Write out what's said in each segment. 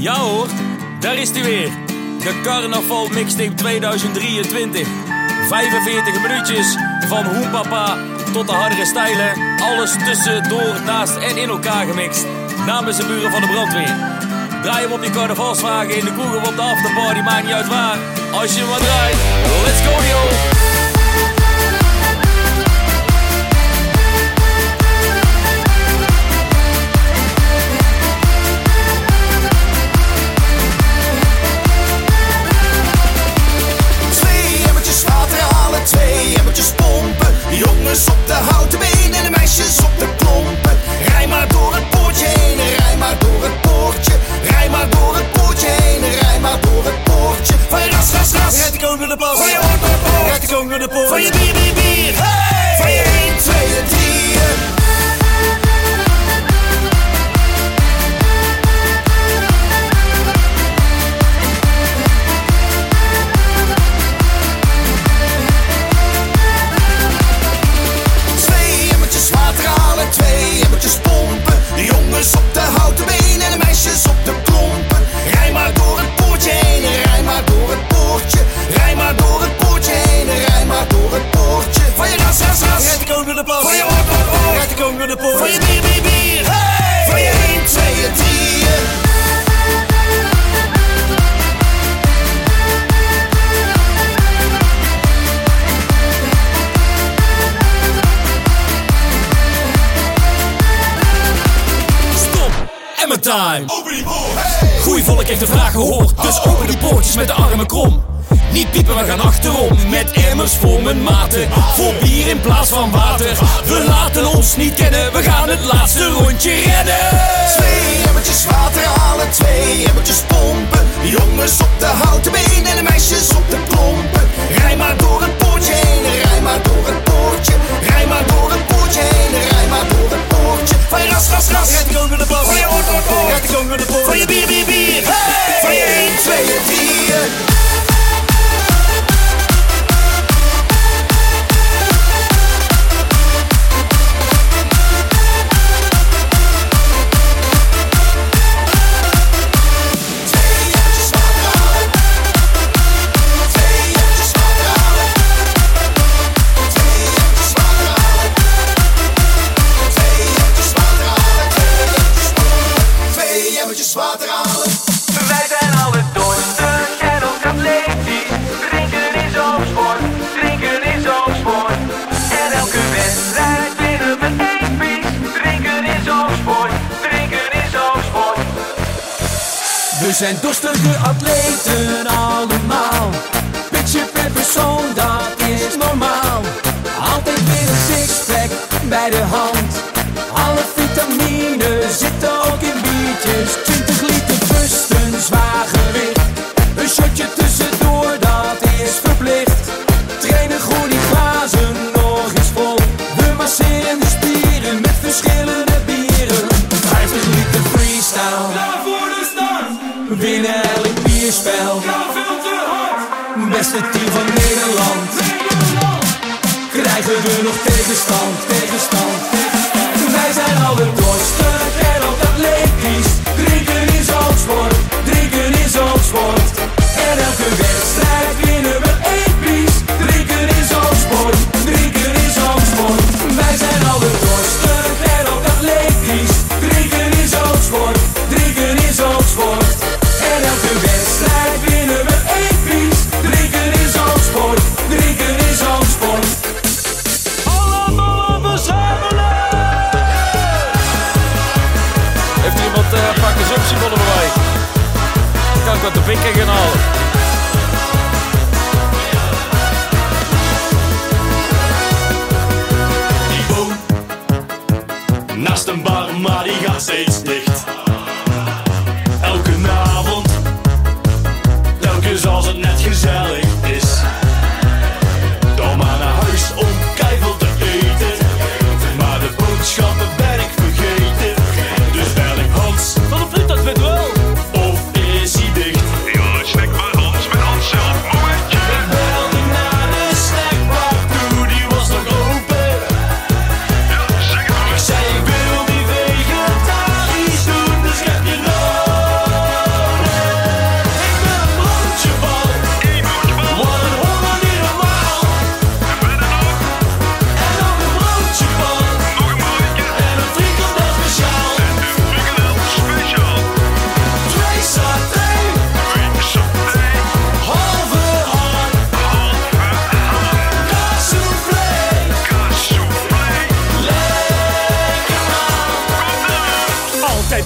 Ja hoor, daar is hij weer. De Carnaval Mixtape 2023. 45 minuutjes van Hoenpapa tot de hardere stijlen. Alles tussendoor, naast en in elkaar gemixt. Namens de buren van de brandweer. Draai hem op je carnavalswagen, in de kroeg of op de afterparty, maakt niet uit waar. Als je maar draait, let's go yo! Twee emmertjes pompen, de jongens op de houten been en de meisjes op de klompen. Rij maar door het poortje heen, rij maar door het poortje. Rij maar door het poortje heen, rij maar door het poortje. Van je ras, ras, ras, rijd de koning door de poort. Van je hoort, hoort, hoort, rijd de koning door de poort. Van je bier, bier, bier, hey! Van je 1, 2 en 3. Twee emmertjes pompen, de jongens op de houten been en de meisjes op de klompen. Rij maar door het poortje heen, rij maar door het poortje. Rij maar door het poortje heen, rij maar door het poortje. Van je ras, ras, ras, rijd de koning door de poort. Van je oor, oor, oor, rijd de koning door de poort. Van je bier, bier, bier, hey! Van je 1, 2 en 3. Time. Goeie volk heeft de vraag gehoord, dus open die poortjes met de armen krom. Niet piepen, we gaan achterom, met emmers vol mijn maten. Vol bier in plaats van water. We laten ons niet kennen, we gaan het laatste rondje redden. Twee emmertjes water halen, twee emmertjes pompen. De jongens op de houten been en de meisjes op de klompen. Rij maar door het poortje heen, rij maar door het poortje. Rij maar door het poortje heen, rij maar door het poortje. Van je ras, ras, ras, rijd de koning door de poort. Van je oor, oor, oor, rijd de koning door de poort. Van je bier, bier, bier, hey! Van je 1, 2 en 3. Wij zijn alle dorsten en ook atletisch. Drinken is ook sport, drinken is ook sport. En elke wedstrijd winnen we 1 prijs. Drinken is ook sport, drinken is ook sport. We zijn dorstige atleten allemaal. Pitje per persoon, dat is normaal. Altijd weer een sixpack bij de hand. Alle vitamine zitten ook in biertjes. 20 liter busten, zwaar gewicht. Een shotje tussendoor, dat is verplicht. Trainen goed die glazen nog eens vol. We masseren de spieren met verschillende bieren. 50 liter freestyle, klaar voor de start. We winnen elk bierspel, ja veel te hard. Beste team van Nederland. Krijgen we nog tegenstand, tegenstand. Wij zijn alle dorsten en ook atletisch. Drinken is ook sport, drinken is ook sport. En elke wedstrijd winnen we 1 prijs. Drinken is ook sport, drinken is ook sport. Wij zijn alle dorsten en ook atletisch. Drinken is ook sport, drinken is ook sport. En elke wedstrijd winnen we 1 prijs. Drinken is ook sport, drinken is ook sport. Allemaal verzamelen! Heeft er iemand een paar consumptiebollen bij mij? Dan kan ik wat de winkel gaan halen. Die woont naast een bar, maar die gaat steeds dicht. Elke avond, telkens als het net gezellig is. Dan maar naar huis om keiveel te eten. Maar de boodschappen ben ik vergeten. Dus bel ik Hans Van de vliegtuig weet wel. of is hij dicht? Ja, snack maar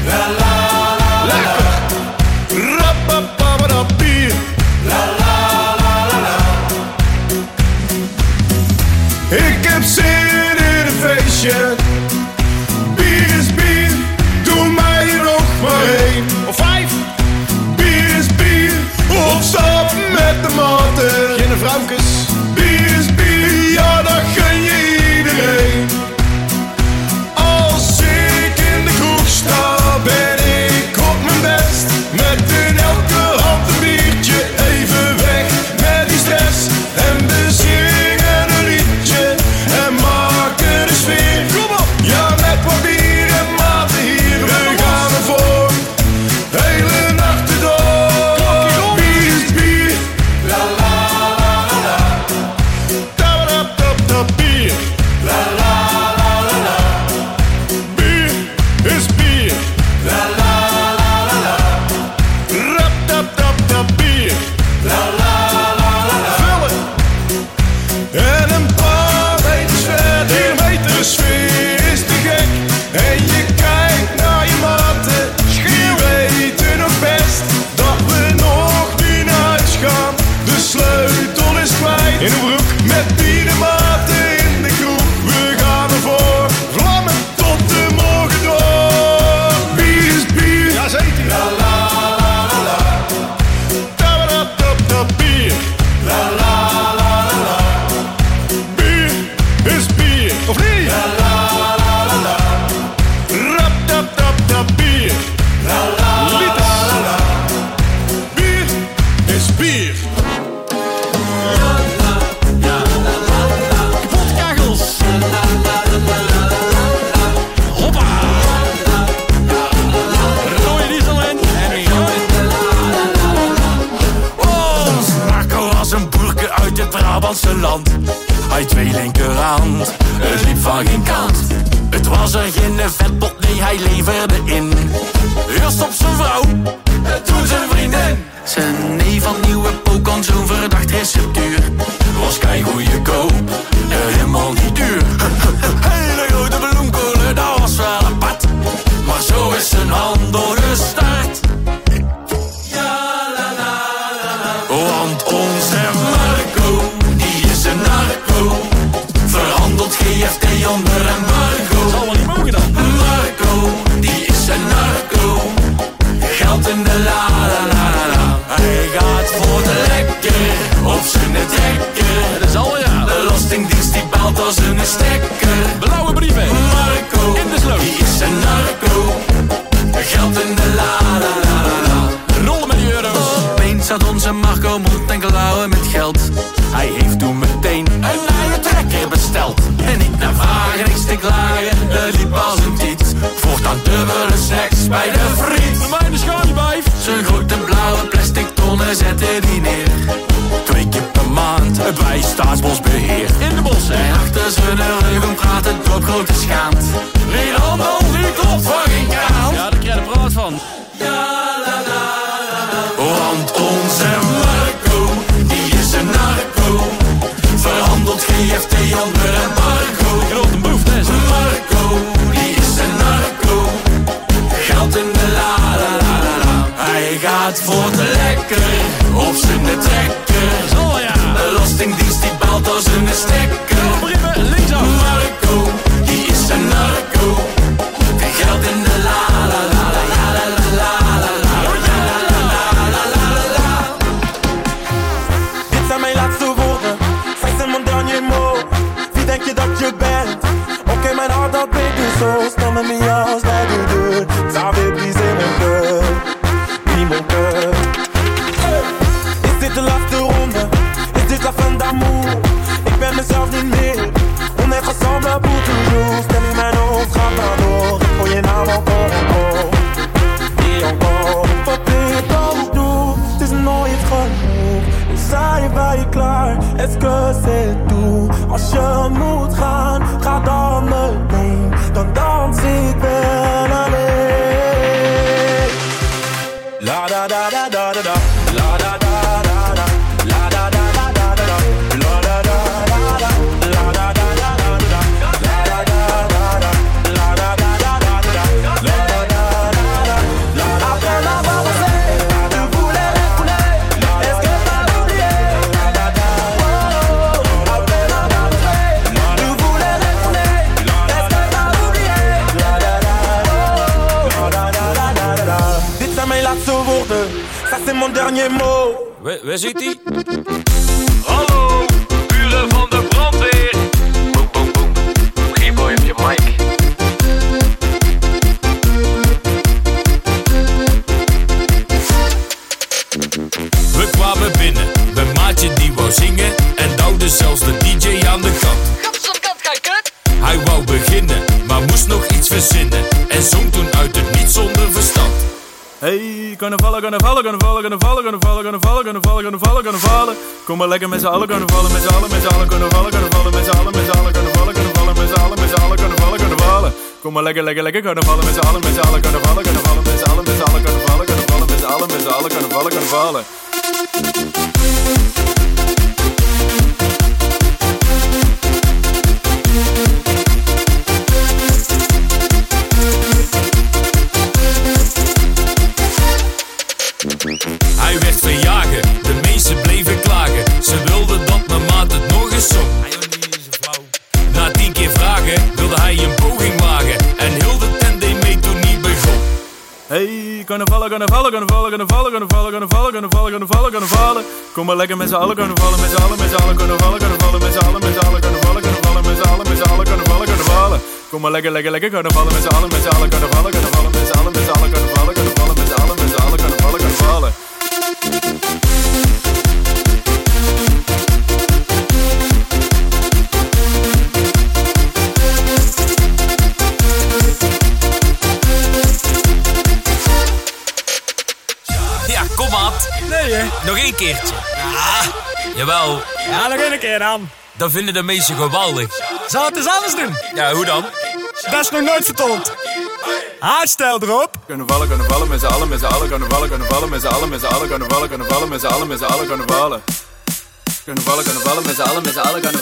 La la la la la. Rapapapapa bier. La la la la la. Ik heb zin in een feestje. Bier is bier, doe mij er nog maar 1 of 5. Bier is bier, op stap met de maten. Geen vrouwkes. Bier is bier, ja dat gun je iedereen. Als ik in de kroeg sta, ben ik op mijn best. Met in elke hand een biertje, even weg met die stress. En we zingen een liedje en maken de sfeer. Kom op! Ja, met wat bier en maten hier, we gaan ervoor. Hele nachten door. Bier is bier. La la la la la. Tap tap tap tap bier. La la la la la. Bier is bier. La la la la la. Rap tap tap tap bier. La la la la la. Vullen. En een paar meters verder, de sfeer is te gek. En je kijkt naar je maten, die weten nog best dat we nog niet naar huis gaan. De sleutel is kwijt in de broek, met bierenmaten in de kroeg. We gaan ervoor, vlammen tot de morgen door. Bier is bier, ja zeker. La la la la la. Tap tap tap tap bier. La la la la la. Bier is bier, of niet? La la la la la. Rap tap tap tap bier. La la la la. Bier is bier. Potkachels. Hoppa. Rode diesel in. Oh, Marco was een boerke uit het Brabantse land. Hij 2 linkerhand, het liep van geen kant. Het was er geen vetpot, nee hij leverde in. Eerst op zijn vrouw, toen zijn vriendin. Zijn neef van nieuwe pook aan zo'n verdacht receptuur. Was kei goeie koop, helemaal niet duur. Hele grote bloemkolen, dat was wel apart. Maar zo is zijn handel gestart. Want onze Marco, die is een narco. Verhandelt GFT onder embargo. Zal wel niet mogen dan. Marco, die is een narco. Geld in de la la la la la. Hij gaat voor de lekker op zijn trekker. Dat is al ja. De Belastingdienst die belt als een stekker. Blauwe brieven. Marco, in de sloot. Die is een narco. Geld in de la la la la la. Rollen met die euro's. Opeens had onze Marco mond en klauwen met geld. Hij heeft toen meteen een nieuwe trekker besteld. En niet naar vragen, niks te klagen, liep als een tiet. Voortaan dubbele snacks bij de friet. Mijn schaamjebijf. Zijn grote blauwe plastic tonnen zette die neer. 2 keer per maand bij Staatsbosbeheer. In de bossen. En achter zijn rug praten door grote schaamd. Geen handel, die klopt van geen kraan. Ja, daar krijg je praat van. Want onze Marco, die is een narco. Verhandelt GFT onder embargo. Grote boef, dus. Marco, die is een narco. Geld in de la la la la la. Hij gaat voor de lekker op zijn trekker. Zo ja. De Belastingdienst die belt als een stekker. Brieven, linksaf. Marco, die is een narco. Geld in de la la la la la la la la la. Dit zijn mijn laatste woorden, zij zijn mijn dernier mot. Wie denk je dat je bent? Oké, mijn hart dat weet dus zo. Stel me mis als la de deux. Ça avait brisé mon cœur, oui mon cœur. c'est mon dernier mot. Waar zit hij? Hallo, buren van de brandweer. Boem, boem, boem. Geen boy op je mic. We kwamen binnen, mijn maatje die wou zingen en duwde zelfs de DJ aan de kant. Hij wou beginnen, maar moest nog iets verzinnen en zong toen uit het niet zonder verstand. Hey, kunnen vallen. Kom maar lekker met z'n allen, kunnen vallen. Kunnen vallen. Kom maar lekker, kunnen vallen met z'n allen. Kunnen vallen. Hij werd verjagen, de meesten bleven klagen. Ze wilden dat mijn maat het nog eens zong. Na 10 keer vragen wilde hij een poging wagen en heel de tent deed mee toen niet begon. Hey, kunnen vallen. Kom maar lekker met z'n allen, kunnen vallen. Kom maar lekker, kunnen vallen met z'n allen. Ja, kom maat. Nee hè? Nog 1 keertje. Jawel, Ja, nog één keer dan. dat vinden de meesten geweldig. Zal het eens anders doen? Ja, hoe dan? Dat is nog nooit vertoond. Haarstel erop. Kunnen vallen met z'n allen. Kunnen vallen met z'n allen. Kunnen vallen met z'n allen. Kunnen vallen met z'n allen.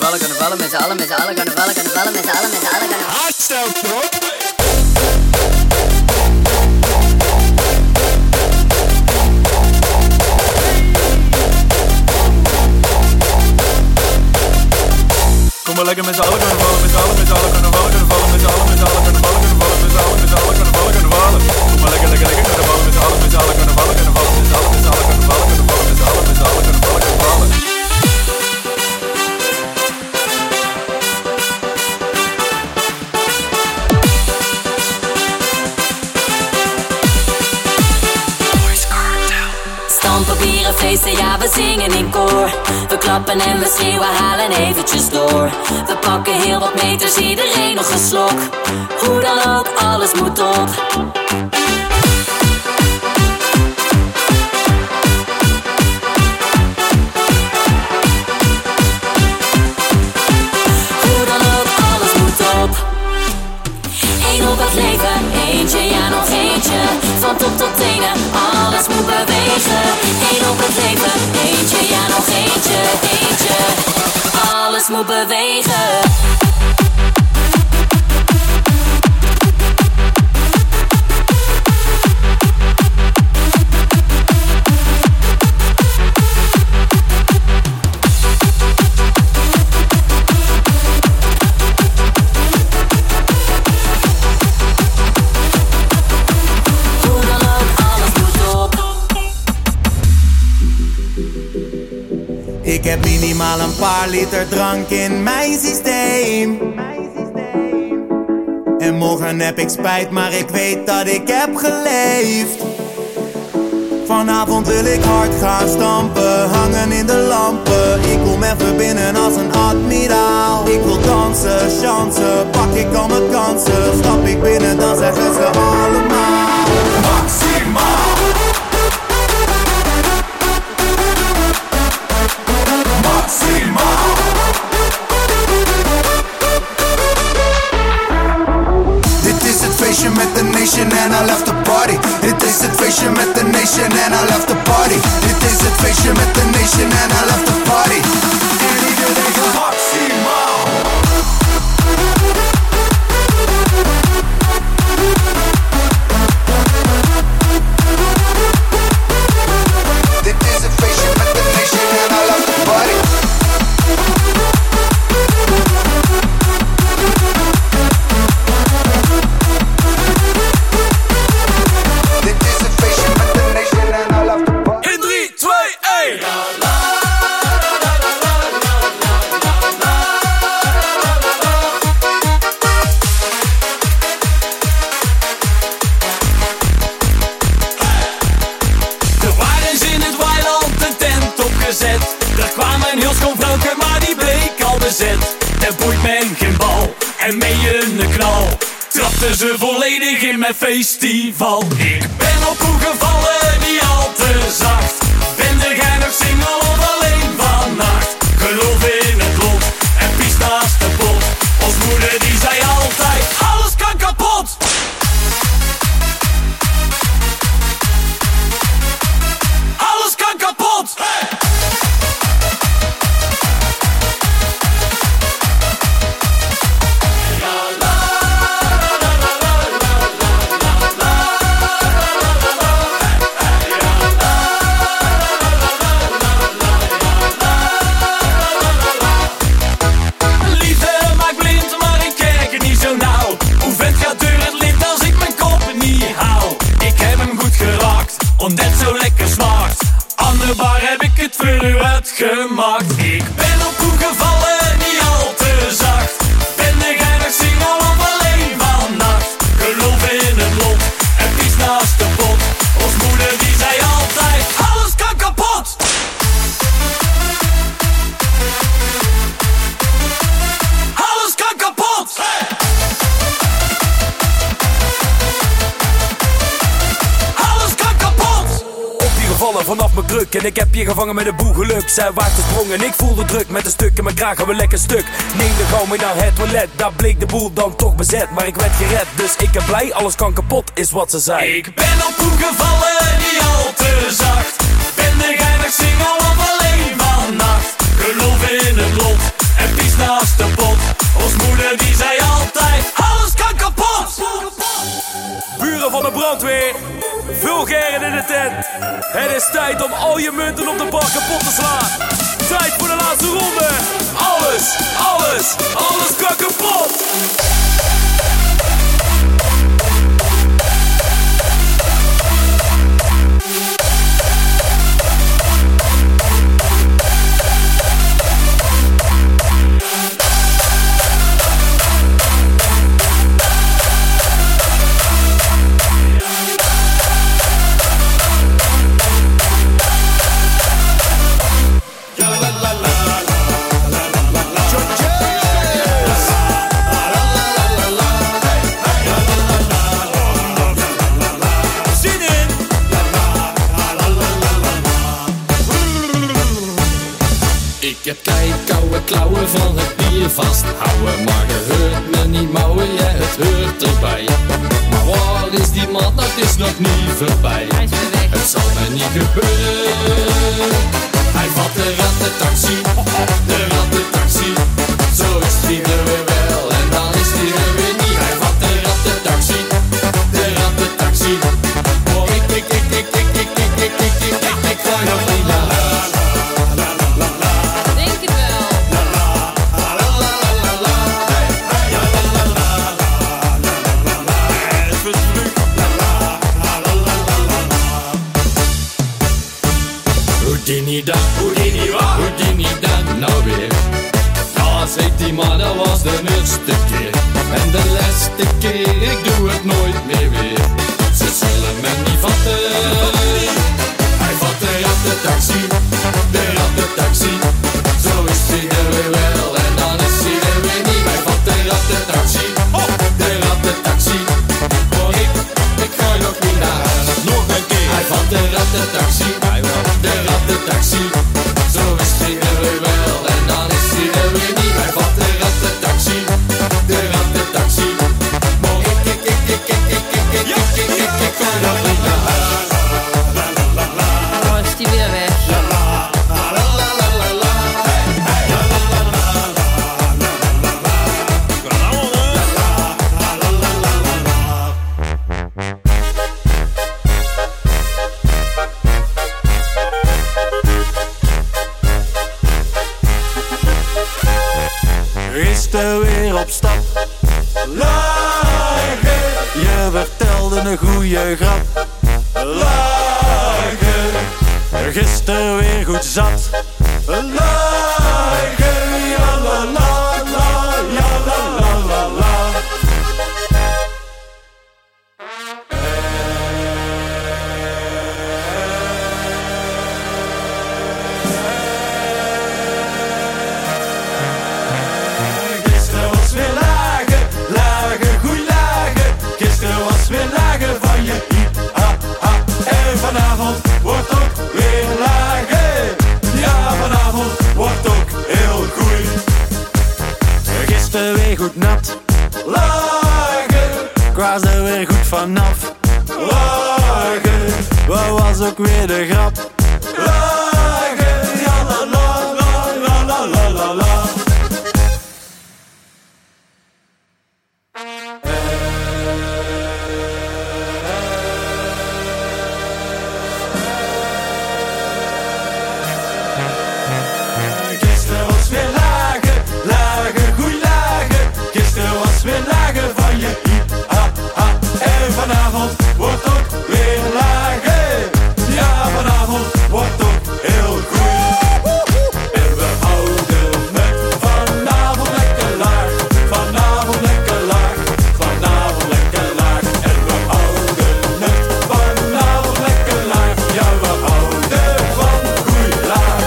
Haarstel erop. Kom maar lekker met z'n allen, kunnen vallen. Kom maar lekker, kunnen vallen met z'n allen. Stampen, feesten, ja we zingen in koor. We klappen en we schreeuwen, halen eventjes door. We pakken heel wat meters, iedereen nog een slok. Hoe dan ook, alles moet op. Hoe dan ook, alles moet op. Eén op het leven, eentje, ja nog eentje. Van top tot tenen, alles moet bewegen. Eén op het leven, eentje, ja nog eentje. Alles moet bewegen. Ik heb minimaal een paar liter drank in mijn systeem. En morgen heb ik spijt, maar ik weet dat ik heb geleefd. Vanavond wil ik hard gaan stampen, hangen in de lampen. Ik kom even binnen als een admiraal. Ik wil dansen, chansen, pak ik al mijn kansen. Stap ik binnen, dan zeggen ze allemaal maximaal. Dit is het feestje met de nation en I love the party. Dit is het feestje met de nation en I love the party. Dit is het feestje met de nation en I love the party. En iedereen gaat maximaal. Dit is het feestje met de nation en I love the party. zitten ze volledig in mijn festival. Ik ben op hoe gevallen, niet al te zacht. Ben jij nog single of alleen vannacht? Geloof in het lot en pies naast de pot. Ons moeder die zei altijd, alles kan kapot. Alles kan kapot. Omdat zo lekker smaakt. Aan de bar heb ik het voor u uitgemaakt. Ik ben op hoe gevallen, niet al te zacht. Ben jij nog single of alleen vannacht? Geloof in het lot en pies naast de pot. Ons moeder die zei altijd, alles kan kapot. Alles kan kapot. Vallen vanaf mijn kruk en ik heb je gevangen met een boegeluk. Zij waart gesprongen, ik voelde druk met een stuk in mijn kraag, gaan we lekker stuk. Neem de gauw mee naar het toilet, daar bleek de boel dan toch bezet. Maar ik werd gered, dus ik ben blij, alles kan kapot, is wat ze zei. Ik ben op hoe gevallen, niet al te zacht. Ben jij nog single of alleen vannacht? Geloof in het lot en pies naast de pot. Ons moeder die zei altijd, alles kan kapot. Buren van de brandweer, vulgairen in de tent. Het is tijd om al je munten op de bar kapot te slaan. Tijd voor de laatste ronde. Alles, alles, alles kan kapot. Ik heb koude klauwen van het bier vasthouden. Maar je hoort me niet mouwen, ja het hoort erbij. Maar waar is die man, dat is nog niet voorbij. Het zal me niet gebeuren. Hij vat de rattentaxi, de rattentaxi. Zo is die er weer wel en dan is die er weer niet. Hij vat de rattentaxi, de rattentaxi. Oh ik ga nog niet naar huis. Houdini dan nou weer? Ja, zegt die maar, dat was de eerste keer. En de laatste keer, ik doe het nooit meer weer. Ze zullen me niet vatten. Hij vat de rattentaxi, de rattentaxi. Zo is hij er weer wel en dan is hij er weer niet. Hij vat de rattentaxi, de rattentaxi. Oh, ik ga nog niet naar huis. Nog een keer. Hij vat de rattentaxi, de rattentaxi. Zo is hij er weer wel en dan is hij er weer niet. Hij vat de rattentaxi, de rattentaxi. Maar ik ga nog niet naar huis. Oh, is die weer weg? Gisteren weer op stap. Lachen. Je vertelde een goeie grap. Lachen. Gisteren weer goed zat. Lachen. Ja la la la, ja la la la la. Gisteren was weer lagen, lagen, goed lagen. was ook weer de grap. Lachen, ja la la la la la la la. Gisteren was weer lagen, lagen, goeie lagen. Gisteren was weer lagen van je i-ha-ha. En vanavond wordt ook weer lagen. Ja, vanavond wordt ook heel goed. En we houden het vanavond lekker laag. Vanavond lekker laag. Vanavond lekker laag. En we houden het vanavond lekker laag. Ja, we houden van goeie laag.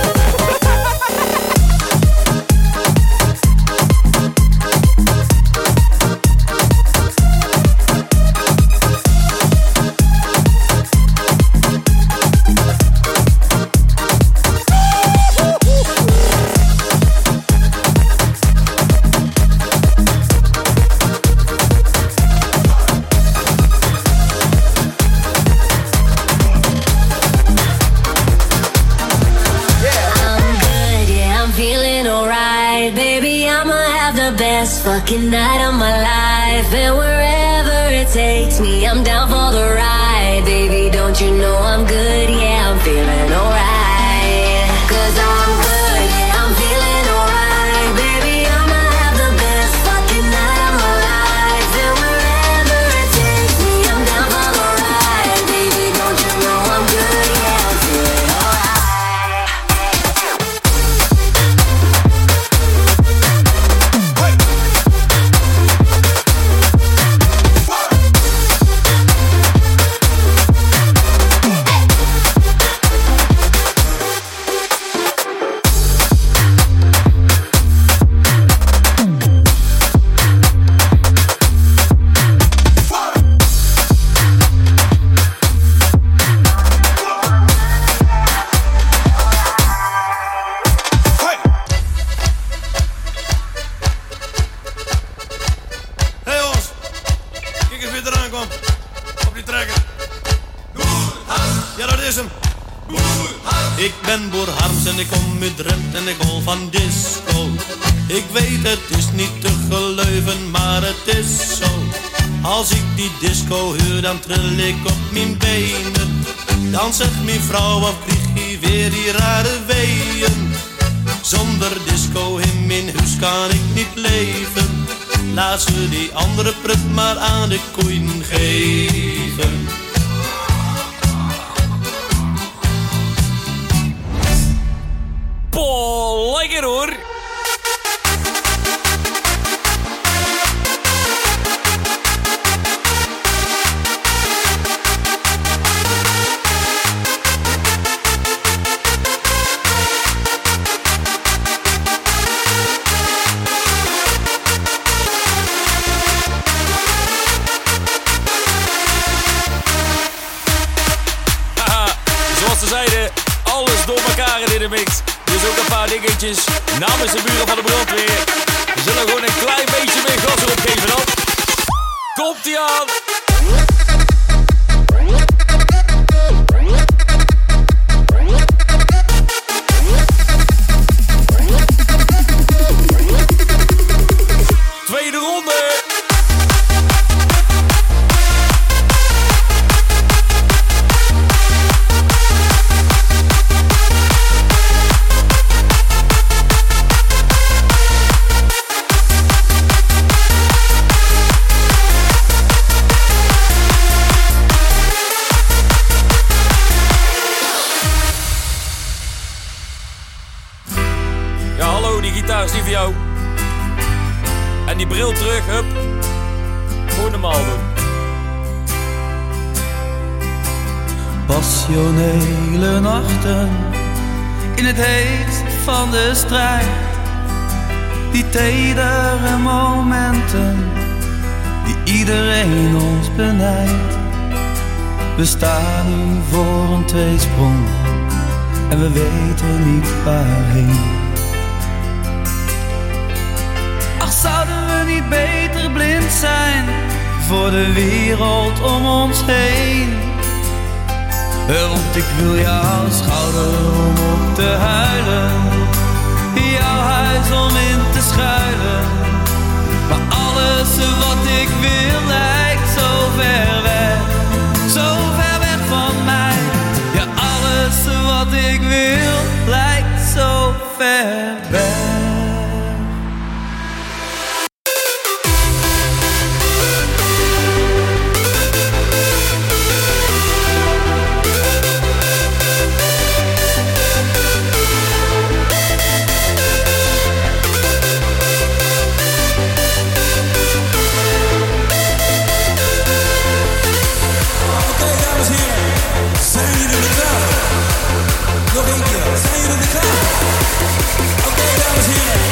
Fucking night of my life, and wherever it takes me, I'm down for the ride. Baby, don't you know I'm good? Yeah, I'm feeling alright. 'Cause I'm good, yeah, I'm feeling alright. Baby, I'ma have the best fucking night of my life, and wherever it takes me, I'm down for the ride. Baby, don't you know I'm good? Yeah, I'm feeling alright. Ik ben Boer Harms en ik kom uit Drenthe en ik hol van disco. Ik weet het is niet te geloven, maar het is zo. Als ik die disco huur, dan trill ik op mijn benen. Dan zegt mijn vrouw, wat krijg je weer die rare weeën. Zonder disco in mijn huis kan ik niet leven. Laat ze die andere prut maar aan de koeien geven. Poh, lekker hoor. Haha, zoals ze zeiden, alles door elkaar in de mix. Dus ook een paar dingetjes namens de buren van de brandweer. We zullen gewoon een klein beetje meer gas erop geven dan. Komt-ie aan! Tweede ronde! Die gitaar is niet voor jou. En die bril terug, hup. Gewoon normaal doen. Passionele nachten in het heet van de strijd. Die tedere momenten die iedereen ons benijdt. We staan nu voor een tweesprong en we weten niet waarheen. Zouden we niet beter blind zijn voor de wereld om ons heen? Want ik wil jouw schouder om op te huilen, jouw huis om in te schuilen. Maar alles wat ik wil lijkt zo ver weg van mij. Ja, alles wat ik wil lijkt zo ver weg. Nog één keer, zijn jullie er klaar? Oké, dames en heren.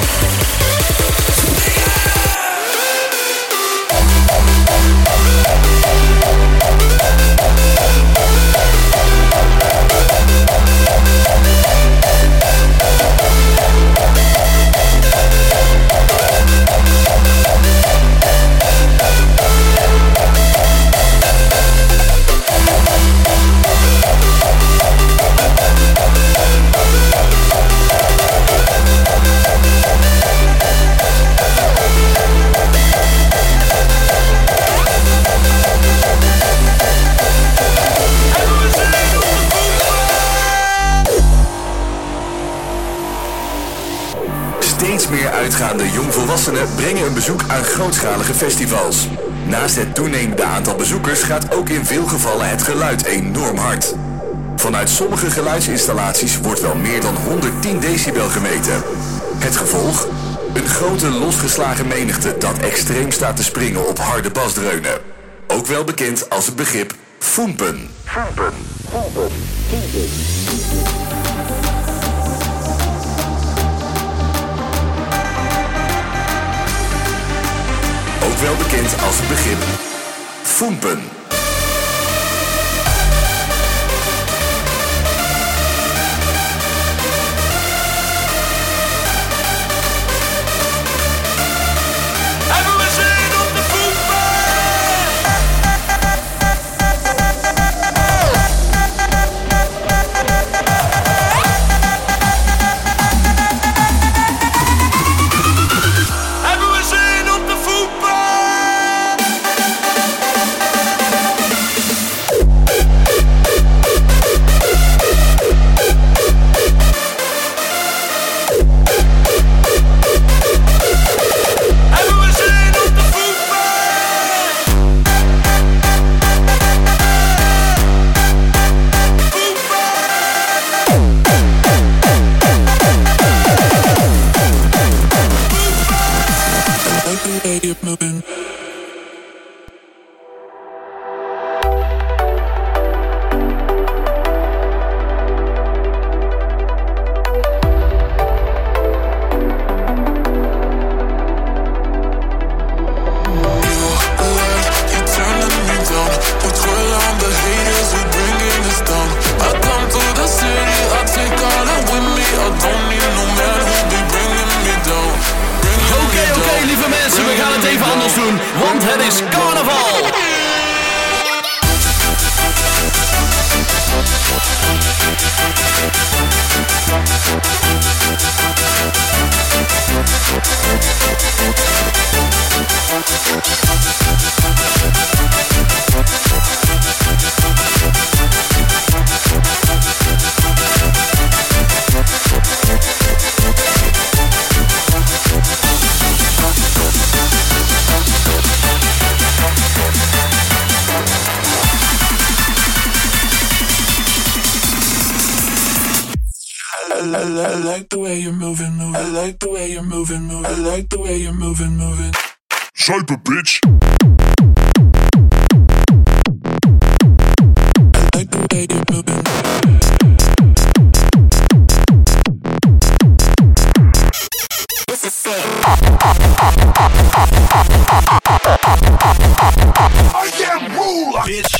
Steeds meer uitgaande jongvolwassenen brengen een bezoek aan grootschalige festivals. Naast het toenemende aantal bezoekers gaat ook in veel gevallen het geluid enorm hard. Vanuit sommige geluidsinstallaties wordt wel meer dan 110 decibel gemeten. Het gevolg? Een grote losgeslagen menigte dat extreem staat te springen op harde basdreunen. Ook wel bekend als het begrip foempen. Ook wel bekend als het begrip foempen. Hebben we zin op de foempen? Hebben we zin op de foempen? Oké, lieve mensen, we gaan het even anders doen, want het is carnaval! I like the way you're moving. I like the way you're moving. I like the way you're moving. Zuipen, bitch. I like the way you're moving. This is sick. I am ruler, bitch.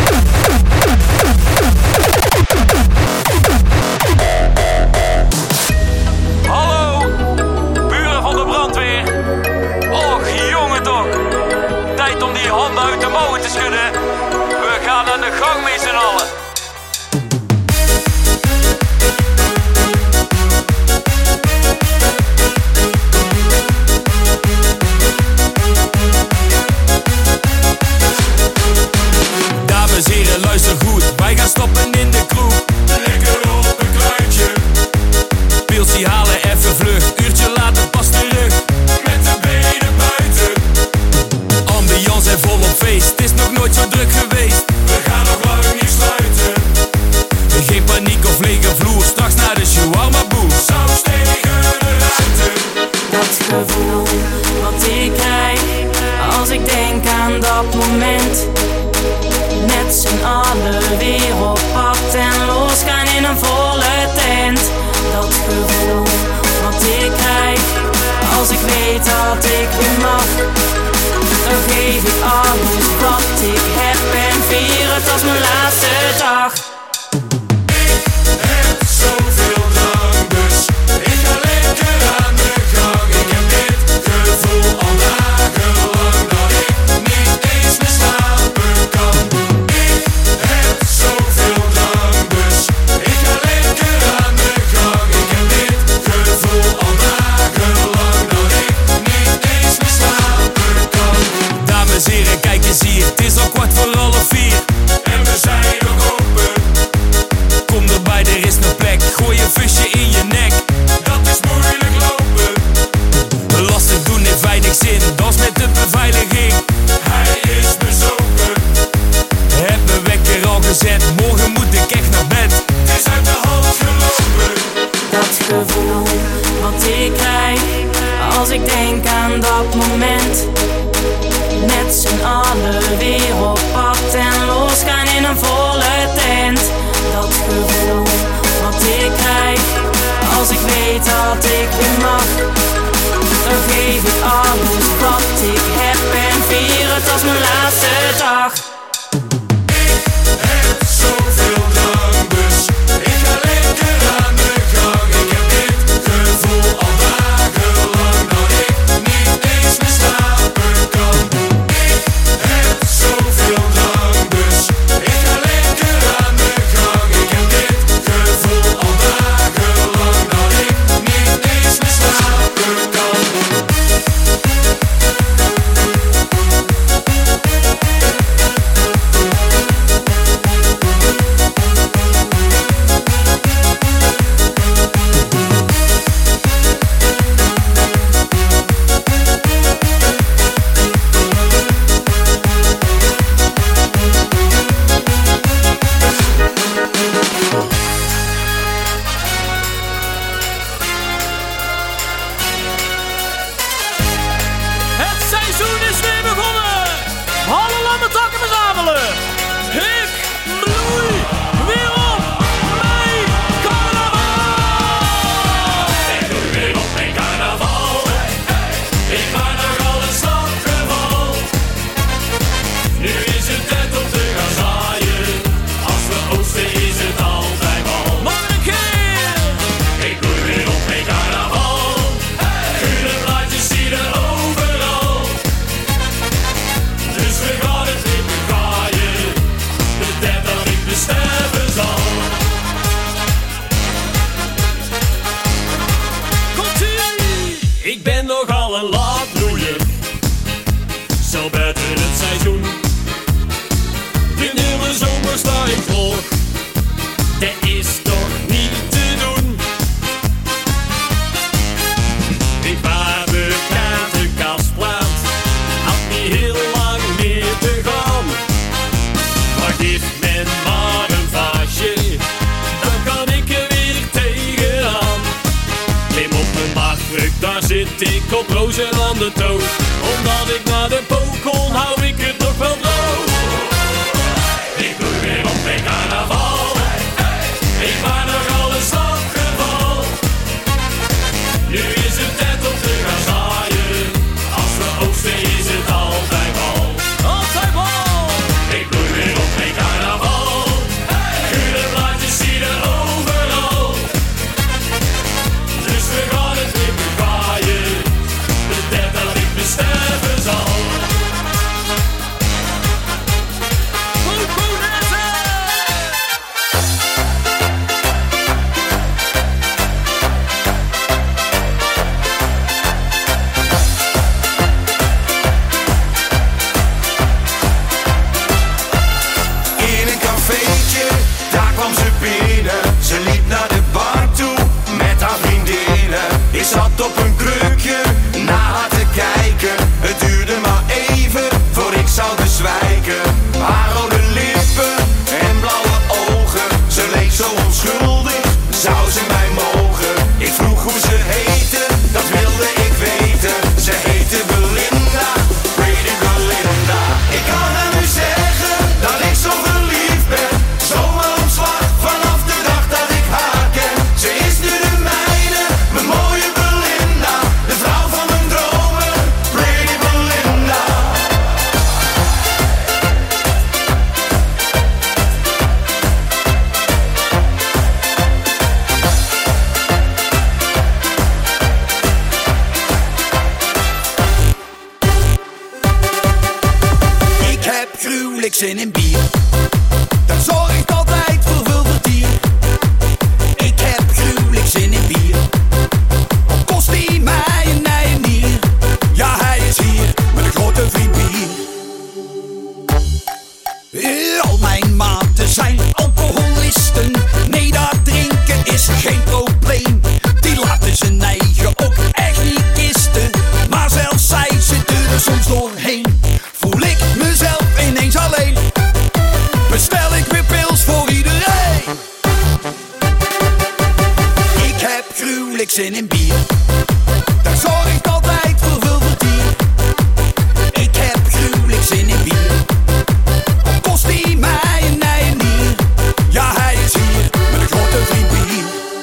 Hallo, buren van de brandweer. Och, jongen toch. Tijd om die Als ik weet dat ik weer mag, dan geef ik alles wat ik heb en vier het als mijn laatste dag. Ik heb zoveel drang, dus ik ga lekker aan de gang. Ik heb dit gevoel al dagenlang dat ik niet eens meer slapen kan. Ik heb zoveel drang, dus ik ga lekker aan de gang. Ik heb dit gevoel al dagenlang dat ik niet eens meer slapen kan. Dames en heren, kijk eens hier, het is al 4:15. En we zijn nog open. Kom erbij, er is nog plek. Gooi een visje in je nek. Dat is moeilijk lopen. Lastig doen heeft weinig zin. Dans met de beveiliging. Hij is bezopen. Heb mijn wekker al gezet. Morgen moet ik echt naar bed. Het is uit de hand gelopen. Dat gevoel wat ik krijg als ik denk aan dat moment. Met z'n allen weer op pad en losgaan in een volle tent. Dat gevoel wat ik krijg als ik weet dat ik weer mag, dan geef ik alles wat ik heb en vier het als mijn laatste dag. Ik heb zoveel drang, dus ik ga lekker aan de gang. Ik heb dit gevoel al dagenlang dat ik niet eens meer slapen kan. Ik heb zoveel drang, dus ik ga lekker aan de gang. Ik heb dit gevoel al dagenlang dat ik niet eens meer slapen kan. Het seizoen is weer begonnen. Alle lammen takken verzamelen. Ik bloei weer op mijn carnaval. Ik doe weer op mijn carnaval. Ik maak nog al een slaggeval. Nu is het tijd om te gaan zaaien. Als we oosten is het altijd bal. Nog een keer. Ik doe weer op mijn carnaval. Groene blaadjes zie je overal. Dus we gaan het weer bekaaien. De tijd dat ik besterven zal. Komt-ie. Ik ben nogal een laadbloeier, zo buiten het seizoen. De hele zomer sta ik vol, dat is toch niet te doen. Ik waar bekend de kastplaat, had niet heel lang meer te gaan. Maar geef men maar een vaasje, dan kan ik er weer tegenaan. Klim op mijn maagdruk, daar zit ik op rozen aan de toog. Omdat ik naar de pook kon, hou ik het nog wel droog. Ik doe weer op mijn carnaval. Ik maak nog al een slaggeval. Nu is het tijd om te gaan zaaien. Als we oogsten is het altijd bal. Altijd bal. Ik doe weer op mijn carnaval. Groene blaadjes zie je overal. Dus we gaan het weer bekaaien. De tijd dat ik besterven zal. zin in bier. Daar zorg ik altijd voor veel vertier. Ik heb gruwelijk zin in bier. Al kost hij mij een nier. Ja, hij is hier met een grote vriend bier.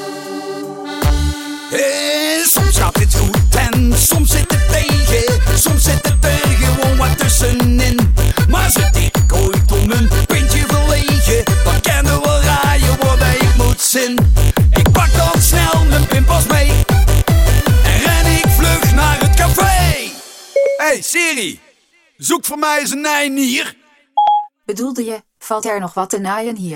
Soms gaat het goed en soms zit het tegen. Soms zit het er gewoon wat tussenin. Maar zit ik ooit om een pintje verlegen, dan kan er wel raaien waar ik moet zin. Ik pak dan snel mijn pinpas mee en ren ik vlug naar het café. Hey Siri, zoek voor mij eens een nijnier. Bedoelde je, valt er nog wat te naaien hier?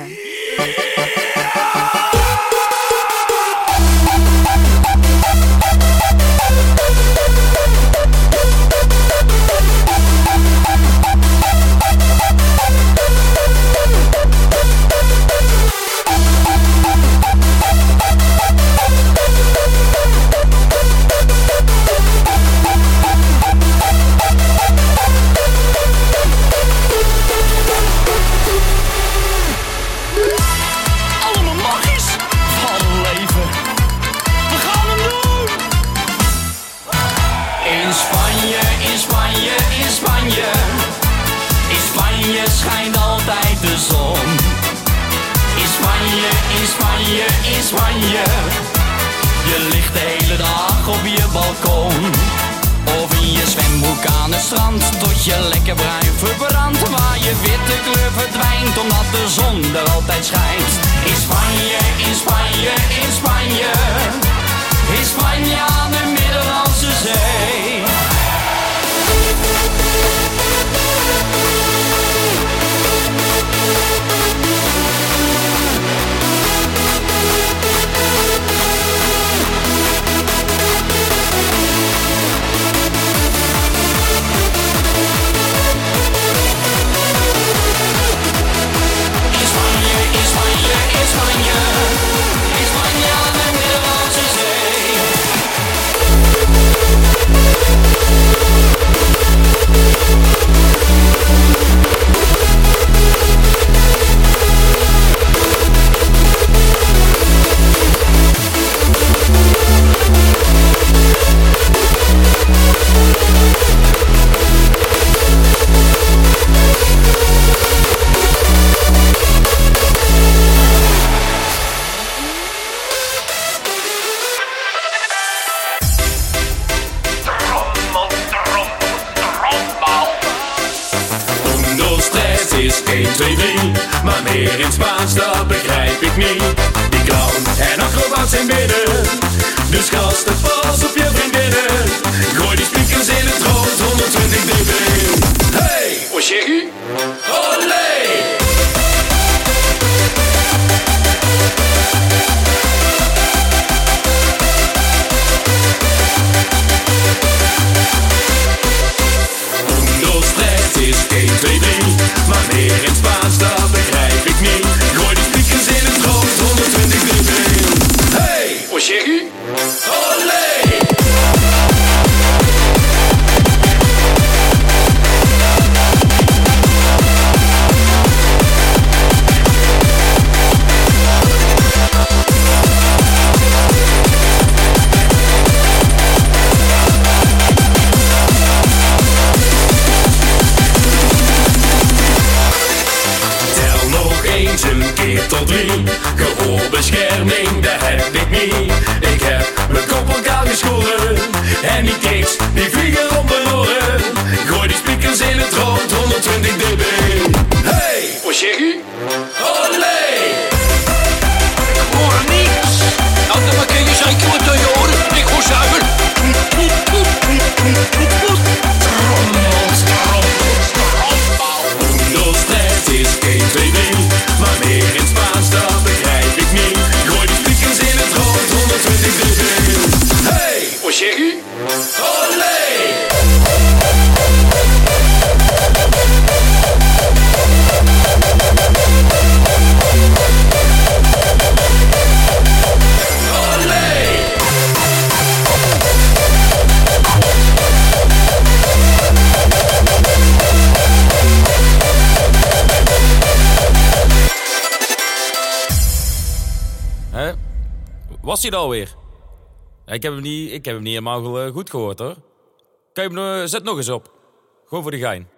Schijnt altijd de zon. In Spanje. Je ligt de hele dag op je balkon. Of in je zwembroek aan het strand, tot je lekker bruin verbrandt. Waar je witte kleur verdwijnt, omdat de zon er altijd schijnt. In Spanje. In Spanje aan de Middellandse Zee. Spanje aan de Middellandse Zee. Is 1, 2, 3, maar meer in Spaans, dat begrijp ik niet. Die clown en acrobaat zijn binnen, dus gasten, pas op je vriendinnen. Gooi die speakers in het rood, 120 dB. Hey, wat zeg u? Olé! Is 1, 2, 3, maar meer in Spaans, dat begrijp ik niet. Gooi die speakers in het rood, 120 dB. Hey, wat zeg u? Olé! Een keer tot 3, gehoorbescherming, dat heb ik niet. Ik heb mijn kop elkaar geschoren en die kicks, die vliegen op mijn oren. Gooi die speakers in het rood, 120 dB. Hey, wat zeg u? Olé! Ik hoor niks. Nou, dan kun je zeker wat aan je oren. Ik hoor zuiver. Unos tres is 1, 2, 3, maar meer in Spaans, dat begrijp ik niet. Gooi die speakers in het rood, 120 dB. Hey, wat zeg u? Olé! Was hij er alweer? Ik heb hem niet helemaal goed gehoord, hoor. Zet nog eens op. Gewoon voor de gein.